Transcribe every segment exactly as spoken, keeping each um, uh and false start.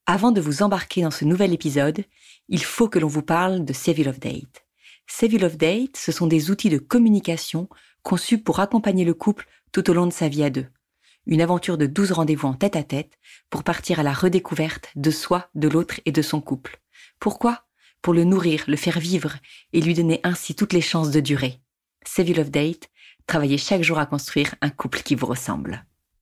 Avant de vous embarquer dans ce nouvel épisode, il faut que l'on vous parle de Save Your Love Date. Save Your Love Date, ce sont des outils de communication conçus pour accompagner le couple tout au long de sa vie à deux. Une aventure de douze rendez-vous en tête-à-tête pour partir à la redécouverte de soi, de l'autre et de son couple. Pourquoi ? Pour le nourrir, le faire vivre et lui donner ainsi toutes les chances de durer. Save Your Love Date, travaillez chaque jour à construire un couple qui vous ressemble.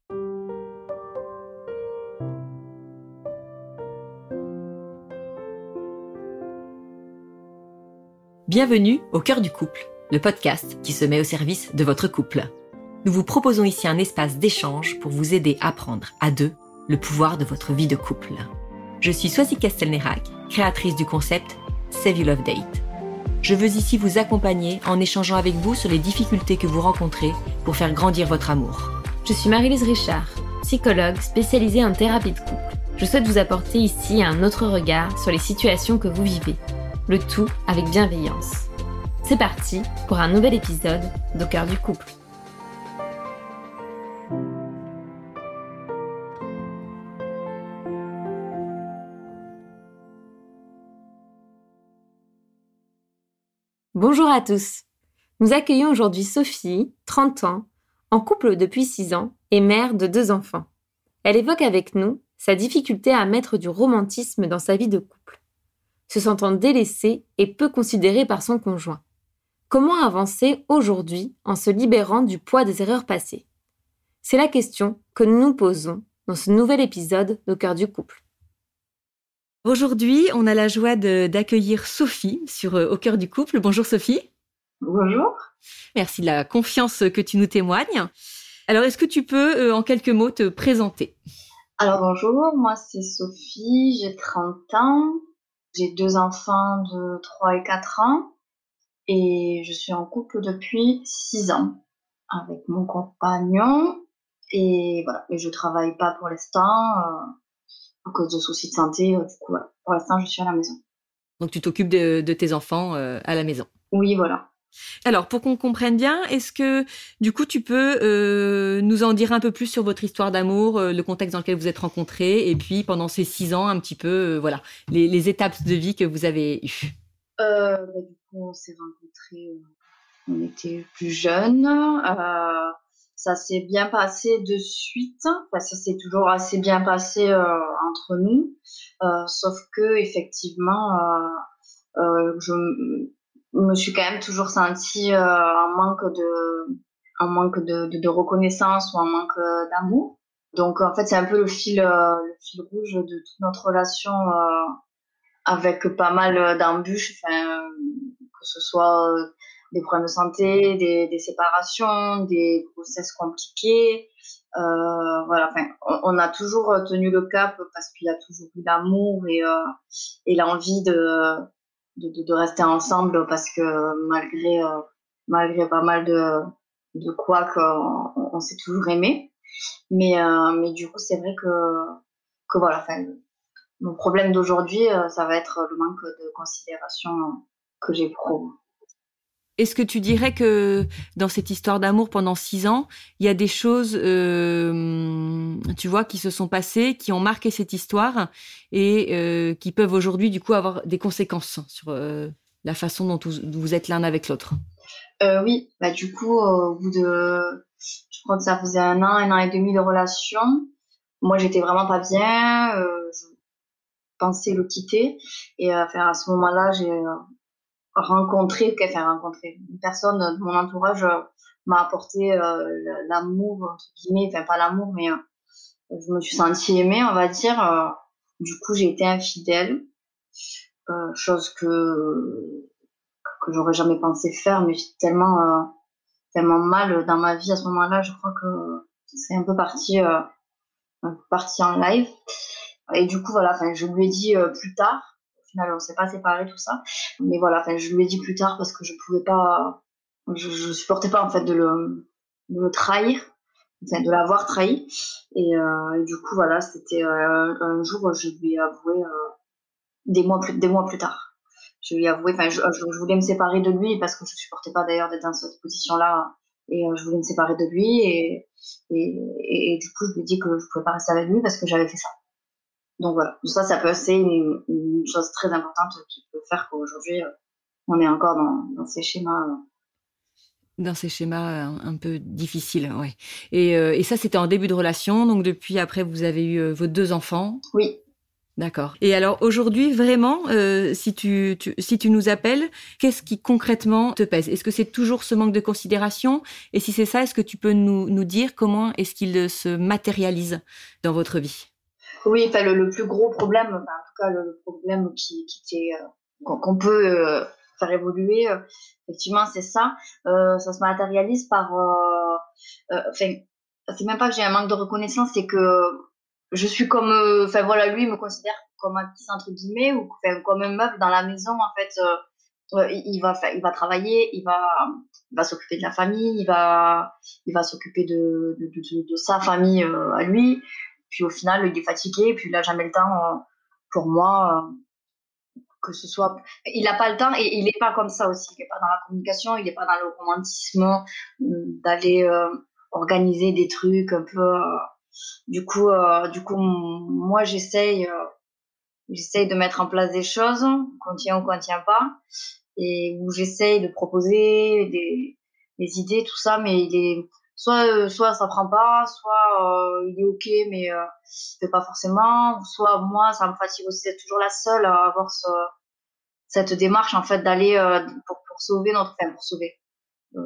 Bienvenue au cœur du couple, le podcast qui se met au service de votre couple. Nous vous proposons ici un espace d'échange pour vous aider à prendre à deux le pouvoir de votre vie de couple. Je suis Swazik Castelnerac, créatrice du concept Save Your Love Date. Je veux ici vous accompagner en échangeant avec vous sur les difficultés que vous rencontrez pour faire grandir votre amour. Je suis Marie-Lise Richard, psychologue spécialisée en thérapie de couple. Je souhaite vous apporter ici un autre regard sur les situations que vous vivez. Le tout avec bienveillance. C'est parti pour un nouvel épisode d'Au cœur du couple. Bonjour à tous. Nous accueillons aujourd'hui Sophie, trente ans, en couple depuis six ans et mère de deux enfants. Elle évoque avec nous sa difficulté à mettre du romantisme dans sa vie de couple, se sentant délaissée et peu considérée par son conjoint. Comment avancer aujourd'hui en se libérant du poids des erreurs passées ? C'est la question que nous nous posons dans ce nouvel épisode d'Au cœur du couple. Aujourd'hui, on a la joie de, d'accueillir Sophie sur euh, Au cœur du couple. Bonjour Sophie. Bonjour. Merci de la confiance que tu nous témoignes. Alors, est-ce que tu peux, euh, en quelques mots, te présenter ? Alors bonjour, moi c'est Sophie, j'ai trente ans. J'ai deux enfants de trois et quatre ans et je suis en couple depuis six ans avec mon compagnon et voilà, mais je travaille pas pour l'instant euh, à cause de soucis de santé, euh, du coup voilà. Pour l'instant je suis à la maison. Donc tu t'occupes de, de tes enfants euh, à la maison. Oui, voilà. Alors pour qu'on comprenne bien, est-ce que du coup tu peux euh, nous en dire un peu plus sur votre histoire d'amour, euh, le contexte dans lequel vous êtes rencontrés et puis pendant ces six ans un petit peu, euh, voilà, les, les étapes de vie que vous avez eues. Euh, bah, du coup on s'est rencontrés, euh, on était plus jeunes. Euh, ça s'est bien passé de suite. Enfin, ça s'est toujours assez bien passé euh, entre nous. Euh, sauf que effectivement, euh, euh, je me suis quand même toujours sentie euh, en manque de, en manque de, de, de reconnaissance ou en manque euh, d'amour. Donc en fait, c'est un peu le fil, euh, le fil rouge de toute notre relation, euh, avec pas mal d'embûches, enfin, que ce soit euh, des problèmes de santé, des, des séparations, des grossesses compliquées. Euh, voilà, enfin, on, on a toujours tenu le cap parce qu'il y a toujours eu l'amour et, euh, et l'envie de, de, de, de rester ensemble parce que malgré, euh, malgré pas mal de, de quoi qu'on on s'est toujours aimé. Mais, euh, mais du coup, c'est vrai que, que voilà, enfin, mon problème d'aujourd'hui, euh, ça va être le manque de considération que j'éprouve. Est-ce que tu dirais que dans cette histoire d'amour pendant six ans, il y a des choses, euh, tu vois, qui se sont passées, qui ont marqué cette histoire et euh, qui peuvent aujourd'hui, du coup, avoir des conséquences sur euh, la façon dont vous, vous êtes l'un avec l'autre ? euh, Oui, bah du coup, euh, au bout de, je crois que ça faisait un an, un an et demi de relation. Moi, j'étais vraiment pas bien. Euh, je pensais le quitter et euh, enfin, à ce moment-là, j'ai euh, rencontré, enfin rencontré une personne de mon entourage euh, m'a apporté euh, l'amour entre guillemets, enfin pas l'amour, mais euh, je me suis sentie aimée, on va dire. Euh, du coup, j'ai été infidèle, euh, chose que que j'aurais jamais pensé faire, mais j'étais tellement euh, tellement mal dans ma vie à ce moment-là. Je crois que c'est un peu parti euh, un peu parti en live. Et du coup, voilà, enfin, je lui ai dit euh, plus tard. Au final, on s'est pas séparés, tout ça. Mais voilà, enfin, je lui ai dit plus tard parce que je pouvais pas, je, je supportais pas en fait de le, de le trahir, enfin, de l'avoir trahi. Et, euh, et du coup, voilà, c'était euh, un jour, je lui ai avoué euh, des mois plus, des mois plus tard. Je lui ai avoué, enfin, je, je, je voulais me séparer de lui parce que je supportais pas d'ailleurs d'être dans cette position-là. Et euh, je voulais me séparer de lui et, et, et, et du coup, je lui ai dit que je pouvais pas rester avec lui parce que j'avais fait ça. Donc voilà, ça, ça peut c'est une, une chose très importante qui peut faire qu'aujourd'hui, euh, on est encore dans, dans ces schémas. Euh. Dans ces schémas un, un peu difficiles, ouais. Et, euh, et ça, c'était en début de relation, donc depuis, après, vous avez eu euh, vos deux enfants. Oui. D'accord. Et alors aujourd'hui, vraiment, euh, si tu, tu si tu nous appelles, qu'est-ce qui concrètement te pèse? Est-ce que c'est toujours ce manque de considération? Et si c'est ça, est-ce que tu peux nous nous dire comment est-ce qu'il se matérialise dans votre vie? Oui, enfin le, le plus gros problème, enfin, en tout cas le, le problème qui qui était euh, qu'on, qu'on peut euh, faire évoluer, euh, effectivement, c'est ça. Euh, ça se matérialise par, euh, euh, enfin, c'est même pas que j'ai un manque de reconnaissance, c'est que je suis comme, euh, enfin voilà, lui il me considère comme actrice entre guillemets ou enfin, comme une meuf dans la maison en fait. Euh, euh, il, il va faire, il va travailler, il va, il va s'occuper de la famille, il va, il va s'occuper de de, de, de sa famille euh, à lui. Puis au final, il est fatigué, puis il a jamais le temps euh, pour moi, euh, que ce soit. Il n'a pas le temps et il n'est pas comme ça aussi. Il n'est pas dans la communication, il n'est pas dans le romantisme, euh, d'aller euh, organiser des trucs un peu. Euh, du coup, euh, du coup, moi, j'essaye, euh, j'essaye de mettre en place des choses, qu'on tient ou qu'on tient pas, et où j'essaye de proposer des, des idées, tout ça, mais il est soit euh, soit ça prend pas, soit euh, il est ok mais euh, il fait pas forcément, soit moi ça me fatigue aussi d'être toujours la seule à avoir ce, cette démarche en fait d'aller euh, pour pour sauver notre enfin pour sauver euh,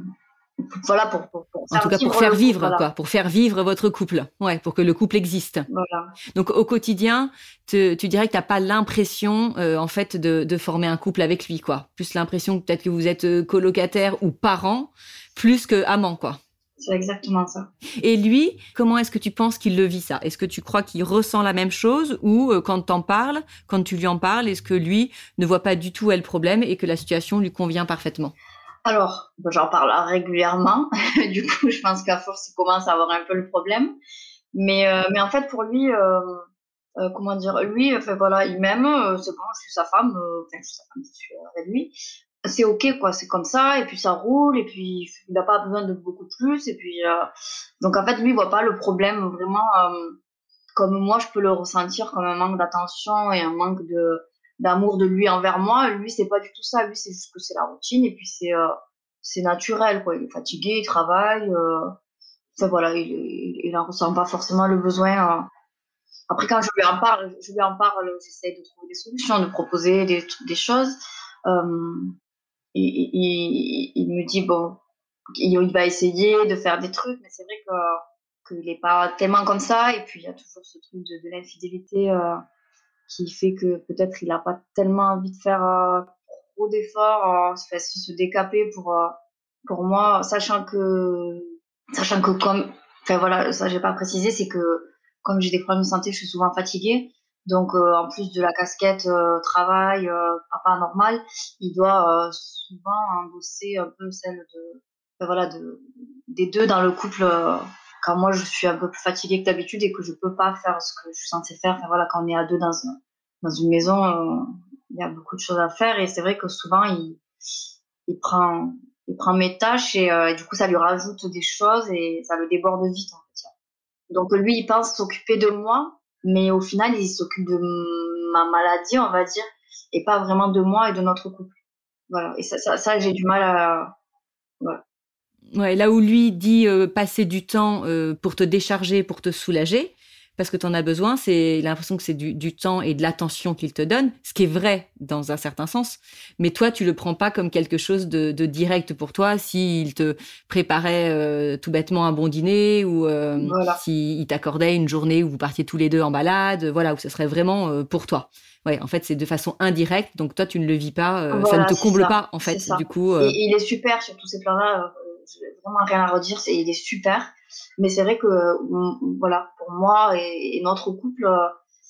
voilà pour pour, pour En faire tout cas, pour vivre faire le couple, vivre, voilà. quoi, pour faire vivre votre couple, ouais, pour que le couple existe. Voilà. Donc au quotidien, te, tu dirais que t'as pas l'impression, euh, en fait, de, de former un couple avec lui, quoi. Plus l'impression que peut-être que vous êtes euh, colocataire ou parent, plus que amant, quoi. C'est exactement ça. Et lui, comment est-ce que tu penses qu'il le vit ça? Est-ce que tu crois qu'il ressent la même chose ou euh, quand t'en parles, quand tu lui en parles, est-ce que lui ne voit pas du tout où est le problème et que la situation lui convient parfaitement? Alors, j'en parle régulièrement. Du coup, je pense qu'à force, il commence à avoir un peu le problème. Mais, euh, mais en fait, pour lui, euh, euh, comment dire, lui, enfin voilà, il m'aime, euh, c'est bon, je suis sa femme, euh, enfin, je suis sa femme, je suis avec lui. C'est ok, quoi, c'est comme ça, et puis ça roule, et puis il n'a pas besoin de beaucoup plus, et puis, euh, donc en fait, lui, il voit pas le problème vraiment, euh, comme moi, je peux le ressentir comme un manque d'attention et un manque de, d'amour de lui envers moi. Lui, c'est pas du tout ça, lui, c'est juste que c'est la routine, et puis c'est, euh, c'est naturel, quoi, il est fatigué, il travaille, euh, enfin voilà, il, il, il en ressent pas forcément le besoin, euh, après, quand je lui en parle, je lui en parle, j'essaie de trouver des solutions, de proposer des, des choses. Euh, il, il, il me dit, bon, il va essayer de faire des trucs, mais c'est vrai que qu'il n'est pas tellement comme ça. Et puis, il y a toujours ce truc de, de l'infidélité euh, qui fait que peut-être il n'a pas tellement envie de faire euh, trop d'efforts, euh, se, se décaper pour, euh, pour moi, sachant que, sachant que comme, enfin voilà, ça j'ai pas précisé, c'est que comme j'ai des problèmes de santé, je suis souvent fatiguée. Donc, euh, en plus de la casquette euh, travail, euh, papa normal, il doit euh, souvent endosser un peu celle de, enfin, voilà, de, des deux dans le couple. Euh, quand moi, je suis un peu plus fatiguée que d'habitude et que je peux pas faire ce que je suis censée faire. Enfin, voilà, quand on est à deux dans, un, dans une maison, euh, il y a beaucoup de choses à faire. Et c'est vrai que souvent, il, il prend, il prend mes tâches et, euh, et du coup, ça lui rajoute des choses et ça le déborde vite, en fait. Donc lui, il pense s'occuper de moi, mais au final, il s'occupe de ma maladie, on va dire, et pas vraiment de moi et de notre couple. Voilà. Et ça, ça, ça j'ai du mal à. Voilà. Ouais, là où lui dit euh, passer du temps euh, pour te décharger, pour te soulager, parce que tu en as besoin, c'est il a l'impression que c'est du, du temps et de l'attention qu'il te donne, ce qui est vrai dans un certain sens. Mais toi, tu le prends pas comme quelque chose de, de direct pour toi. S'il te préparait euh, tout bêtement un bon dîner ou euh, Voilà. s'il t'accordait une journée où vous partiez tous les deux en balade, voilà, où ce serait vraiment euh, pour toi. Ouais, en fait, c'est de façon indirecte, donc toi, tu ne le vis pas, euh, Voilà, ça ne te comble ça. pas, en fait, C'est ça. du coup. Euh... Et, et il est super sur tous ces plans-là. Euh, j'ai vraiment rien à redire. C'est, il est super. Mais c'est vrai que, euh, voilà, pour moi et, et notre couple, euh,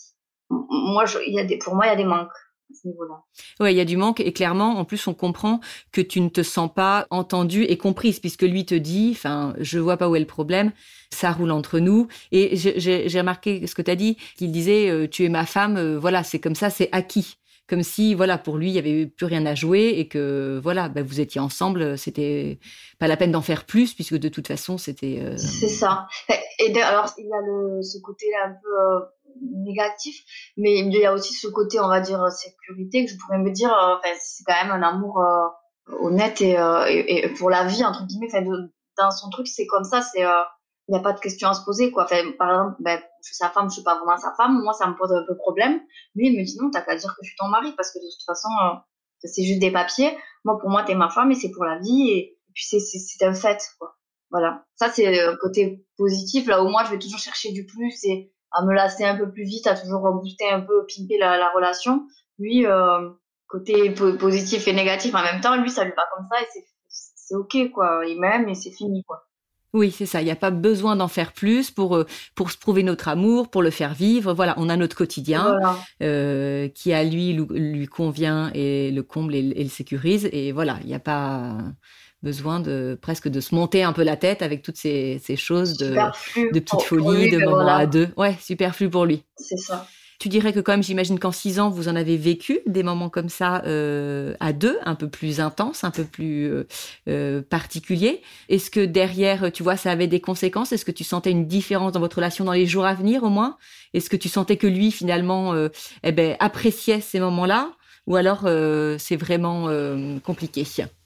moi, je, il y a des, pour moi, il y a des manques à ce niveau-là. Ouais, il y a du manque et clairement, en plus, on comprend que tu ne te sens pas entendue et comprise puisque lui te dit, enfin, je vois pas où est le problème, ça roule entre nous. Et j'ai, j'ai remarqué ce que tu as dit, qu'il disait, euh, tu es ma femme, euh, voilà, c'est comme ça, c'est acquis. Comme si, voilà, pour lui, il y avait plus rien à jouer et que, voilà, bah, vous étiez ensemble, c'était pas la peine d'en faire plus puisque de toute façon, c'était. Euh... C'est ça. Et de, alors, il y a le, ce côté-là un peu. Euh, négatif, mais il y a aussi ce côté, on va dire, sécurité, que je pourrais me dire, euh, enfin, c'est quand même un amour euh, honnête et, euh, et, et pour la vie, entre guillemets, enfin, de, dans son truc, c'est comme ça, c'est, euh, il n'y a pas de question à se poser, quoi. Enfin, par exemple, ben, je suis sa femme, je suis pas vraiment sa femme, moi, ça me pose un peu problème. Lui, il me dit, non, t'as qu'à dire que je suis ton mari, parce que de toute façon, euh, c'est juste des papiers. Moi, pour moi, t'es ma femme et c'est pour la vie, et, et puis c'est, c'est, c'est un fait, quoi. Voilà. Ça, c'est le côté positif, là où moi, je vais toujours chercher du plus et à me lasser un peu plus vite, à toujours booster un peu, pimper la, la relation. Lui, euh, côté po- positif et négatif en même temps, lui, ça lui va comme ça et c'est, c'est ok, quoi. Il m'aime et c'est fini, quoi. Oui, c'est ça. Il n'y a pas besoin d'en faire plus pour, euh, pour se prouver notre amour, pour le faire vivre. Voilà, on a notre quotidien Voilà. euh, qui, à lui, lui, lui convient et le comble et, et le sécurise. Et voilà, il n'y a pas besoin de presque de se monter un peu la tête avec toutes ces, ces choses de, Superflu de petites pour, pour folies, lui, de mais moments voilà. à deux. Ouais, superflu pour lui. C'est ça. Tu dirais que quand même, j'imagine qu'en six ans, vous en avez vécu des moments comme ça euh, à deux, un peu plus intenses, un peu plus euh, euh, particuliers. Est-ce que derrière, tu vois, ça avait des conséquences? Est-ce que tu sentais une différence dans votre relation dans les jours à venir, au moins? Est-ce que tu sentais que lui, finalement, euh, eh ben, appréciait ces moments-là? Ou alors, euh, c'est vraiment euh, compliqué?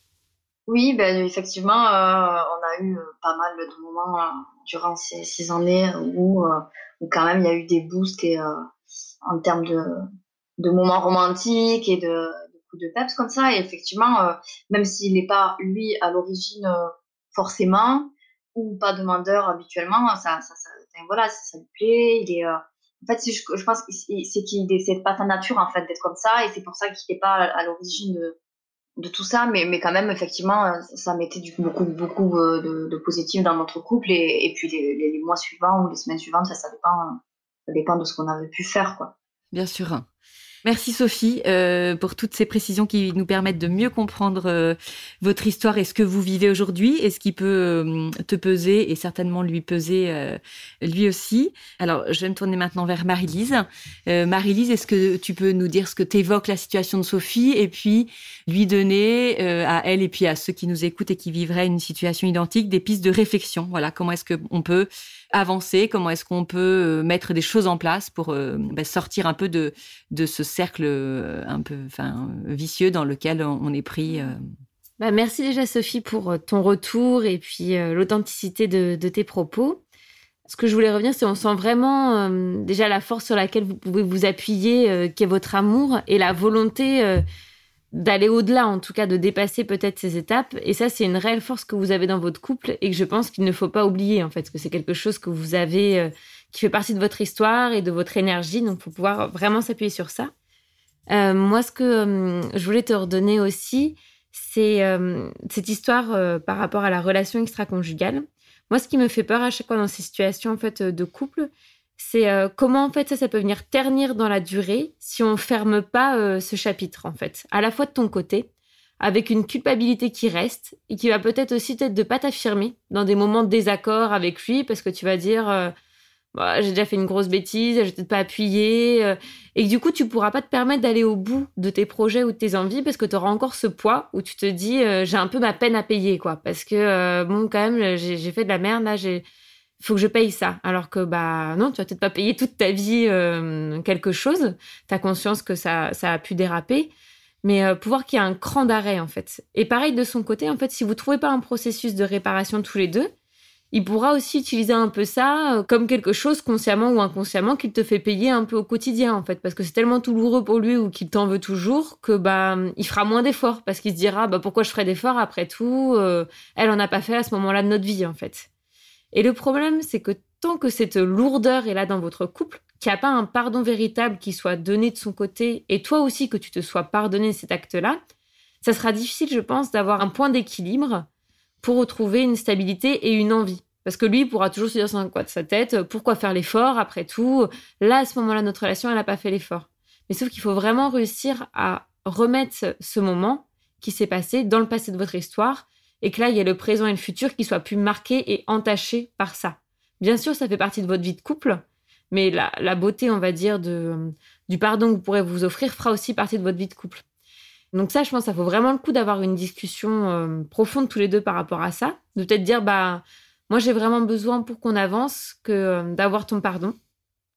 Oui, ben effectivement, euh, on a eu euh, pas mal de moments euh, durant ces six années où, euh, où quand même il y a eu des boosts et, euh, en termes de, de moments romantiques et de, de coups de peps comme ça. Et effectivement, euh, même s'il n'est pas lui à l'origine euh, forcément ou pas demandeur habituellement, ça, ça, ça, enfin, voilà, ça, ça lui plaît. Il est, euh, en fait, c'est- je, je pense que c'est c'est qu'il c'est pas sa nature en fait d'être comme ça et c'est pour ça qu'il n'est pas à, à l'origine de de tout ça, mais, mais quand même, effectivement, euh, ça mettait du, beaucoup, beaucoup euh, de, de positif dans notre couple. Et, et puis les, les, les mois suivants ou les semaines suivantes, ça, ça dépend, ça dépend de ce qu'on avait pu faire, quoi. Bien sûr. Merci Sophie euh, pour toutes ces précisions qui nous permettent de mieux comprendre euh, votre histoire et ce que vous vivez aujourd'hui et ce qui peut euh, te peser et certainement lui peser euh, lui aussi. Alors, je vais me tourner maintenant vers Marie-Lise. Euh, Marie-Lise, est-ce que tu peux nous dire ce que t'évoque la situation de Sophie et puis lui donner euh, à elle et puis à ceux qui nous écoutent et qui vivraient une situation identique des pistes de réflexion? Voilà, comment est-ce qu'on peut avancer, comment est-ce qu'on peut mettre des choses en place pour euh, bah, sortir un peu de, de ce cercle euh, un peu enfin, vicieux dans lequel on, on est pris. Euh... Bah, merci déjà Sophie pour ton retour et puis euh, l'authenticité de, de tes propos. Ce que je voulais revenir, c'est qu'on sent vraiment euh, déjà la force sur laquelle vous pouvez vous appuyer, euh, qui est votre amour et la volonté euh, d'aller au-delà, en tout cas de dépasser peut-être ces étapes. Et ça, c'est une réelle force que vous avez dans votre couple et que je pense qu'il ne faut pas oublier, en fait, parce que c'est quelque chose que vous avez, euh, qui fait partie de votre histoire et de votre énergie. Donc, il faut pouvoir vraiment s'appuyer sur ça. Euh, moi, ce que euh, je voulais te redonner aussi, c'est euh, cette histoire euh, par rapport à la relation extra-conjugale. Moi, ce qui me fait peur à chaque fois dans ces situations en fait, de couple, c'est euh, comment en fait ça, ça peut venir ternir dans la durée si on ferme pas euh, ce chapitre en fait, à la fois de ton côté, avec une culpabilité qui reste et qui va peut-être aussi peut-être de pas t'affirmer dans des moments de désaccord avec lui parce que tu vas dire euh, bah, j'ai déjà fait une grosse bêtise, j'ai peut-être pas appuyé euh, et que du coup tu pourras pas te permettre d'aller au bout de tes projets ou de tes envies parce que tu auras encore ce poids où tu te dis euh, j'ai un peu ma peine à payer quoi parce que euh, bon quand même j'ai, j'ai fait de la merde là j'ai il faut que je paye ça. Alors que, bah, non, tu vas peut-être pas payer toute ta vie euh, quelque chose. Tu as conscience que ça, ça a pu déraper. Mais euh, pouvoir qu'il y ait un cran d'arrêt, en fait. Et pareil, de son côté, en fait, si vous trouvez pas un processus de réparation tous les deux, il pourra aussi utiliser un peu ça euh, comme quelque chose, consciemment ou inconsciemment, qu'il te fait payer un peu au quotidien, en fait. Parce que c'est tellement douloureux pour lui ou qu'il t'en veut toujours que, bah, il fera moins d'efforts. Parce qu'il se dira, bah, pourquoi je ferais d'efforts après tout euh, Elle en a pas fait à ce moment-là de notre vie, en fait. Et le problème, c'est que tant que cette lourdeur est là dans votre couple, qu'il n'y a pas un pardon véritable qui soit donné de son côté, et toi aussi que tu te sois pardonné cet acte-là, ça sera difficile, je pense, d'avoir un point d'équilibre pour retrouver une stabilité et une envie. Parce que lui, il pourra toujours se dire dans quoi de sa tête, pourquoi faire l'effort après tout? Là, à ce moment-là, notre relation, elle n'a pas fait l'effort. Mais sauf qu'il faut vraiment réussir à remettre ce moment qui s'est passé dans le passé de votre histoire, et que là, il y a le présent et le futur qui soient plus marqués et entachés par ça. Bien sûr, ça fait partie de votre vie de couple, mais la, la beauté, on va dire, de, du pardon que vous pourrez vous offrir fera aussi partie de votre vie de couple. Donc ça, je pense, ça vaut vraiment le coup d'avoir une discussion euh, profonde tous les deux par rapport à ça, de peut-être dire, bah, moi, j'ai vraiment besoin pour qu'on avance que euh, d'avoir ton pardon.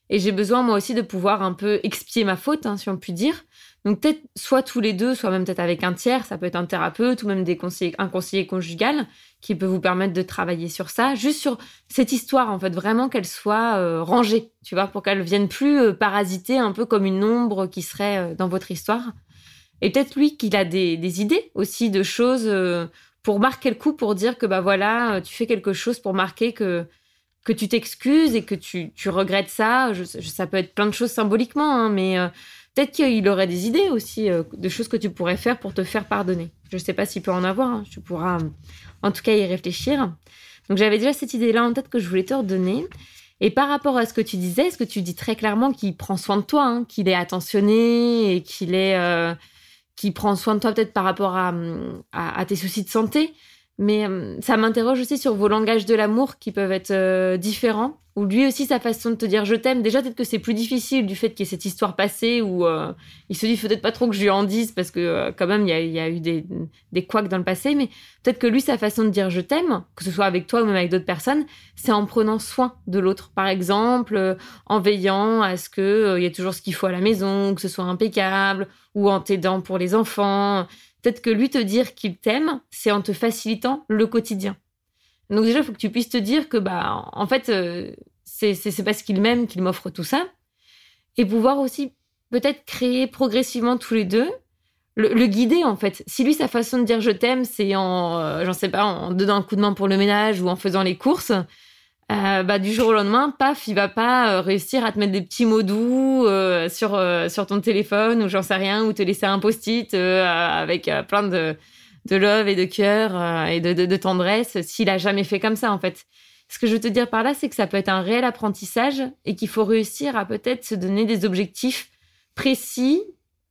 et j'ai besoin moi aussi de pouvoir un peu expier ma faute, hein, si on peut dire. Donc peut-être soit tous les deux, soit même peut-être avec un tiers, ça peut être un thérapeute ou même des conseillers, un conseiller conjugal qui peut vous permettre de travailler sur ça, juste sur cette histoire en fait, vraiment qu'elle soit euh, rangée, tu vois, pour qu'elle vienne plus euh, parasiter un peu comme une ombre qui serait euh, dans votre histoire. Et peut-être lui qu'il a des, des idées aussi de choses euh, pour marquer le coup, pour dire que bah voilà, tu fais quelque chose pour marquer que que tu t'excuses et que tu, tu regrettes ça. Je, je, ça peut être plein de choses symboliquement, hein, mais euh, peut-être qu'il aurait des idées aussi euh, de choses que tu pourrais faire pour te faire pardonner. Je ne sais pas s'il peut en avoir, hein, tu pourras euh, en tout cas y réfléchir. Donc j'avais déjà cette idée-là en tête que je voulais te redonner. Et par rapport à ce que tu disais, est-ce que tu dis très clairement qu'il prend soin de toi, hein, qu'il est attentionné et qu'il est, euh, qu'il prend soin de toi peut-être par rapport à, à, à tes soucis de santé? Mais euh, ça m'interroge aussi sur vos langages de l'amour qui peuvent être euh, différents. Ou lui aussi, sa façon de te dire « je t'aime ». Déjà, peut-être que c'est plus difficile du fait qu'il y ait cette histoire passée où euh, il se dit « peut-être pas trop que je lui en dise » parce que euh, quand même, il y a, y a eu des, des couacs dans le passé. Mais peut-être que lui, sa façon de dire « je t'aime », que ce soit avec toi ou même avec d'autres personnes, c'est en prenant soin de l'autre. Par exemple, euh, en veillant à ce qu'il euh, y ait toujours ce qu'il faut à la maison, que ce soit impeccable, ou en t'aidant pour les enfants. Peut-être que lui te dire qu'il t'aime, c'est en te facilitant le quotidien. Donc déjà, il faut que tu puisses te dire que, bah, en fait, euh, c'est, c'est, c'est parce qu'il m'aime qu'il m'offre tout ça. Et pouvoir aussi peut-être créer progressivement tous les deux, le, le guider en fait. Si lui, sa façon de dire je t'aime, c'est en, euh, j'en sais pas, en donnant un coup de main pour le ménage ou en faisant les courses, euh, bah, du jour au lendemain, paf, il va pas euh, réussir à te mettre des petits mots doux euh, sur, euh, sur ton téléphone ou j'en sais rien, ou te laisser un post-it euh, avec euh, plein de, de love et de cœur euh, et de, de, de tendresse s'il a jamais fait comme ça en fait. Ce que je veux te dire par là, c'est que ça peut être un réel apprentissage et qu'il faut réussir à peut-être se donner des objectifs précis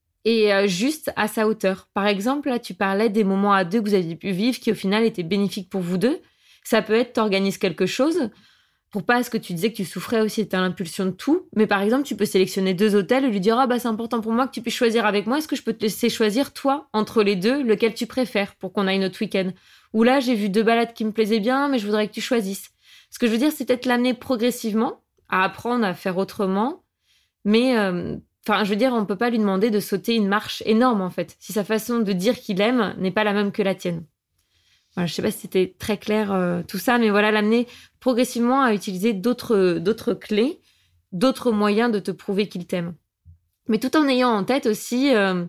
et euh, juste à sa hauteur. Par exemple, là, tu parlais des moments à deux que vous aviez pu vivre qui au final étaient bénéfiques pour vous deux. Ça peut être t'organises quelque chose pour pas, ce que tu disais que tu souffrais aussi, t'as l'impulsion de tout. Mais par exemple, tu peux sélectionner deux hôtels et lui dire « Ah bah c'est important pour moi que tu puisses choisir avec moi. Est-ce que je peux te laisser choisir, toi, entre les deux, lequel tu préfères pour qu'on aille notre week-end ?» Ou là, j'ai vu deux balades qui me plaisaient bien, mais je voudrais que tu choisisses. Ce que je veux dire, c'est peut-être l'amener progressivement à apprendre à faire autrement. Mais, enfin, euh, je veux dire, on peut pas lui demander de sauter une marche énorme, en fait, si sa façon de dire qu'il aime n'est pas la même que la tienne. Voilà, je sais pas si c'était très clair euh, tout ça, mais voilà, l'amener progressivement à utiliser d'autres, d'autres clés, d'autres moyens de te prouver qu'il t'aime. Mais tout en ayant en tête aussi, euh,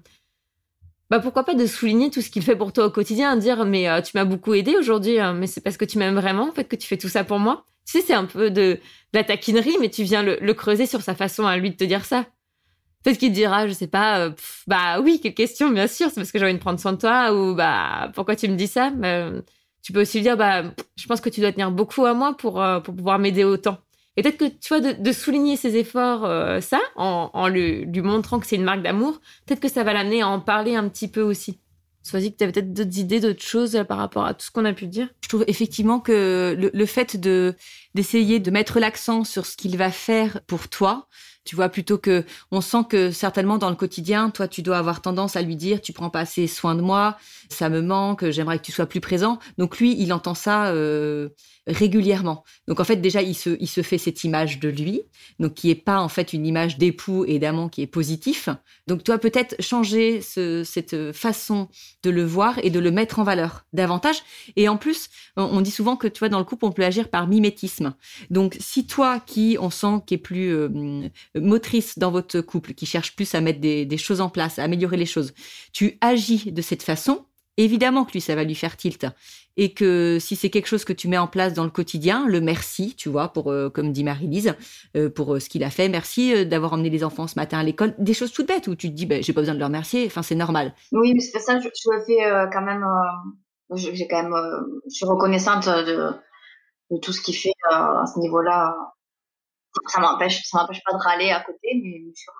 bah pourquoi pas de souligner tout ce qu'il fait pour toi au quotidien, dire mais euh, tu m'as beaucoup aidé aujourd'hui, hein, mais c'est parce que tu m'aimes vraiment en fait que tu fais tout ça pour moi. Tu sais, c'est un peu de, de la taquinerie, mais tu viens le, le creuser sur sa façon à lui de te dire ça. Peut-être qu'il te dira, je sais pas, euh, pff, bah oui, quelle question, bien sûr, c'est parce que j'ai envie de prendre soin de toi, ou bah pourquoi tu me dis ça. Bah, tu peux aussi lui dire, bah je pense que tu dois tenir beaucoup à moi pour euh, pour pouvoir m'aider autant. Et peut-être que tu vois de, de souligner ses efforts, euh, ça, en, en lui, lui montrant que c'est une marque d'amour, peut-être que ça va l'amener à en parler un petit peu aussi. Sois-y que tu as peut-être d'autres idées, d'autres choses là, par rapport à tout ce qu'on a pu dire. Je trouve effectivement que le, le fait de d'essayer de mettre l'accent sur ce qu'il va faire pour toi, tu vois, plutôt que, on sent que certainement dans le quotidien, toi, tu dois avoir tendance à lui dire, tu prends pas assez soin de moi, ça me manque, j'aimerais que tu sois plus présent. Donc lui, il entend ça euh, régulièrement. Donc en fait, déjà, il se, il se fait cette image de lui, donc qui est pas en fait une image d'époux et d'amant qui est positif. Donc toi, peut-être changer ce, cette façon de le voir et de le mettre en valeur davantage. Et en plus, on, on dit souvent que tu vois, dans le couple, on peut agir par mimétisme. Donc si toi, qui on sent qui est plus euh, motrice dans votre couple, qui cherche plus à mettre des, des choses en place, à améliorer les choses, tu agis de cette façon, évidemment que lui, ça va lui faire tilt. Et que si c'est quelque chose que tu mets en place dans le quotidien, le merci, tu vois, pour euh, comme dit Marie-Lise, euh, pour euh, ce qu'il a fait, merci euh, d'avoir emmené les enfants ce matin à l'école, des choses toutes bêtes où tu te dis, ben, j'ai pas besoin de le remercier, enfin, c'est normal. Oui, mais c'est ça, je, je le fais euh, quand même, euh, j'ai quand même, euh, je suis reconnaissante de, de tout ce qu'il fait euh, à ce niveau-là. Ça m'empêche, ça m'empêche pas de râler à côté, mais je suis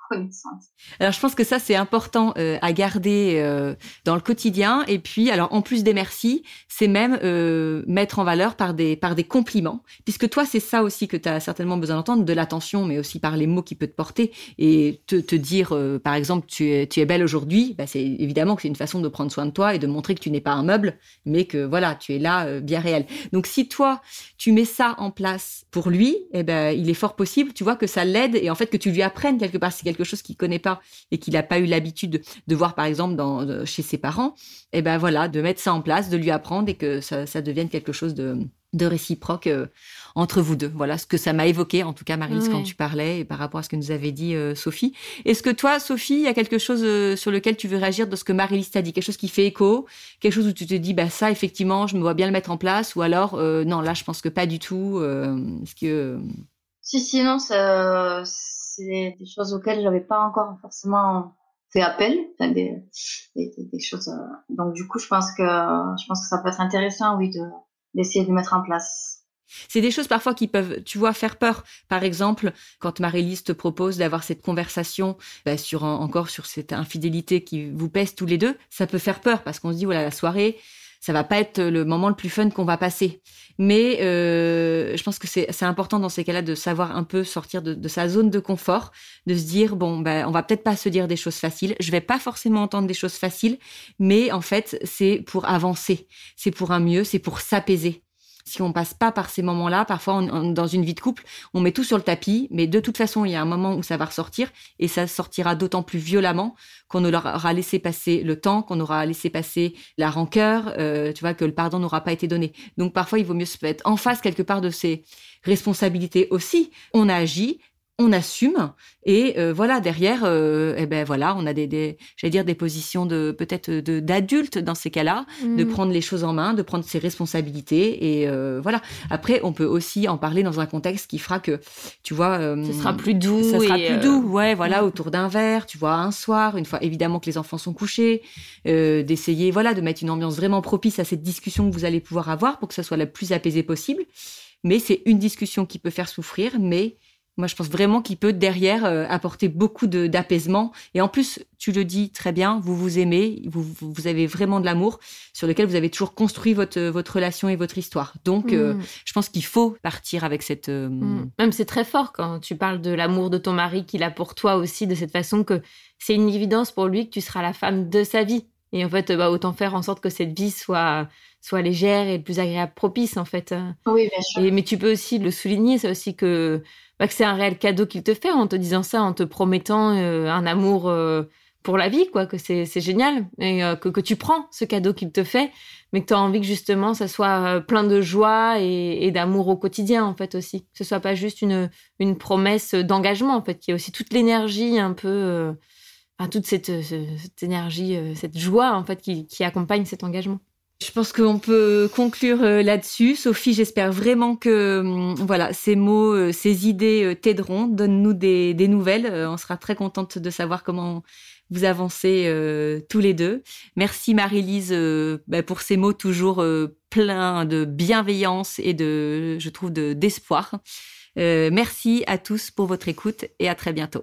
reconnaissante. Alors, je pense que ça, c'est important euh, à garder euh, dans le quotidien. Et puis, alors, en plus des merci, c'est même euh, mettre en valeur par des, par des compliments. Puisque toi, c'est ça aussi que tu as certainement besoin d'entendre, de l'attention, mais aussi par les mots qui peuvent te porter. Et te, te dire, euh, par exemple, tu es, tu es belle aujourd'hui, bah, c'est évidemment que c'est une façon de prendre soin de toi et de montrer que tu n'es pas un meuble, mais que voilà, tu es là, euh, bien réel. Donc, si toi, tu mets ça en place pour lui, eh ben, il est fort possible, tu vois, que ça l'aide et en fait que tu lui apprennes quelque part, c'est quelque chose qu'il connaît pas et qu'il n'a pas eu l'habitude de, de voir par exemple dans, de, chez ses parents, et ben voilà, de mettre ça en place, de lui apprendre et que ça, ça devienne quelque chose de, de réciproque euh, entre vous deux. Voilà ce que ça m'a évoqué, en tout cas, Maryse, ouais. Quand tu parlais et par rapport à ce que nous avait dit euh, Sophie. Est-ce que toi, Sophie, il y a quelque chose euh, sur lequel tu veux réagir de ce que Maryse t'a dit, quelque chose qui fait écho, quelque chose où tu te dis, bah ça, effectivement, je me vois bien le mettre en place, ou alors, euh, non, là, je pense que pas du tout. Euh, est-ce que... Si, si, non, ça, c'est des choses auxquelles j'avais pas encore forcément fait appel, enfin, des, des, des choses. Euh, donc, du coup, je pense que, je pense que ça peut être intéressant, oui, de, d'essayer de mettre en place. C'est des choses parfois qui peuvent, tu vois, faire peur. Par exemple, quand Marie-Lise te propose d'avoir cette conversation bah, sur encore sur cette infidélité qui vous pèse tous les deux, ça peut faire peur parce qu'on se dit voilà, la soirée, ça va pas être le moment le plus fun qu'on va passer. Mais euh, je pense que c'est, c'est important dans ces cas-là de savoir un peu sortir de, de sa zone de confort, de se dire bon ben on va peut-être pas se dire des choses faciles, je vais pas forcément entendre des choses faciles, mais en fait c'est pour avancer, c'est pour un mieux, c'est pour s'apaiser. Si on passe pas par ces moments-là, parfois on, on, dans une vie de couple, on met tout sur le tapis, mais de toute façon, il y a un moment où ça va ressortir et ça sortira d'autant plus violemment qu'on aura laissé passer le temps, qu'on aura laissé passer la rancœur, euh, tu vois, que le pardon n'aura pas été donné. Donc parfois, il vaut mieux se mettre en face quelque part de ses responsabilités aussi. On a agi, on assume et euh, voilà derrière euh, eh ben voilà on a des, des j'allais dire des positions de peut-être de d'adultes dans ces cas-là, mmh. de prendre les choses en main, de prendre ses responsabilités et euh, voilà. Après on peut aussi en parler dans un contexte qui fera que tu vois euh, ce sera plus doux, ça sera et plus euh... doux ouais voilà mmh. autour d'un verre, tu vois, un soir, une fois évidemment que les enfants sont couchés, euh, d'essayer voilà de mettre une ambiance vraiment propice à cette discussion que vous allez pouvoir avoir pour que ça soit la plus apaisée possible. Mais c'est une discussion qui peut faire souffrir, mais moi, je pense vraiment qu'il peut, derrière, euh, apporter beaucoup de, d'apaisement. Et en plus, tu le dis très bien, vous vous aimez, vous, vous avez vraiment de l'amour sur lequel vous avez toujours construit votre, votre relation et votre histoire. Donc, mmh. euh, je pense qu'il faut partir avec cette... Euh... Mmh. Même c'est très fort quand tu parles de l'amour de ton mari qu'il a pour toi aussi, de cette façon que c'est une évidence pour lui que tu seras la femme de sa vie. Et en fait, bah, autant faire en sorte que cette vie soit, soit légère et le plus agréable, propice, en fait. Oui, bien sûr. Et, mais tu peux aussi le souligner, c'est aussi que... Bah, que c'est un réel cadeau qu'il te fait en te disant ça, en te promettant euh, un amour euh, pour la vie, quoi, que c'est, c'est génial. Et euh, que, que tu prends ce cadeau qu'il te fait, mais que tu as envie que justement ça soit euh, plein de joie et, et d'amour au quotidien, en fait, aussi. Que ce soit pas juste une, une promesse d'engagement, en fait, qu'il y a aussi toute l'énergie un peu... Euh, enfin, toute cette, cette énergie, euh, cette joie, en fait, qui, qui accompagne cet engagement. Je pense qu'on peut conclure là-dessus. Sophie, j'espère vraiment que voilà, ces mots, ces idées t'aideront. Donne-nous des, des nouvelles. On sera très contente de savoir comment vous avancez euh, tous les deux. Merci Marie-Lise euh, bah, pour ces mots toujours euh, pleins de bienveillance et de, je trouve, de, d'espoir. Euh, merci à tous pour votre écoute et à très bientôt.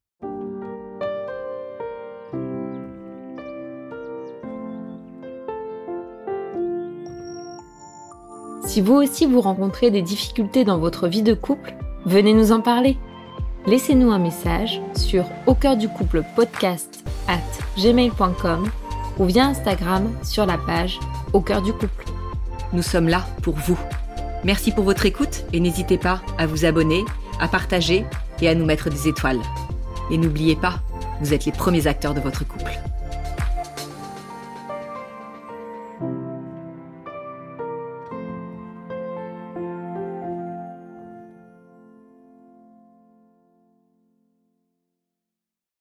Si vous aussi vous rencontrez des difficultés dans votre vie de couple, venez nous en parler. Laissez-nous un message sur au cœur du couple podcast at gmail point com ou via Instagram sur la page au cœur du couple. Nous sommes là pour vous. Merci pour votre écoute et n'hésitez pas à vous abonner, à partager et à nous mettre des étoiles. Et n'oubliez pas, vous êtes les premiers acteurs de votre couple.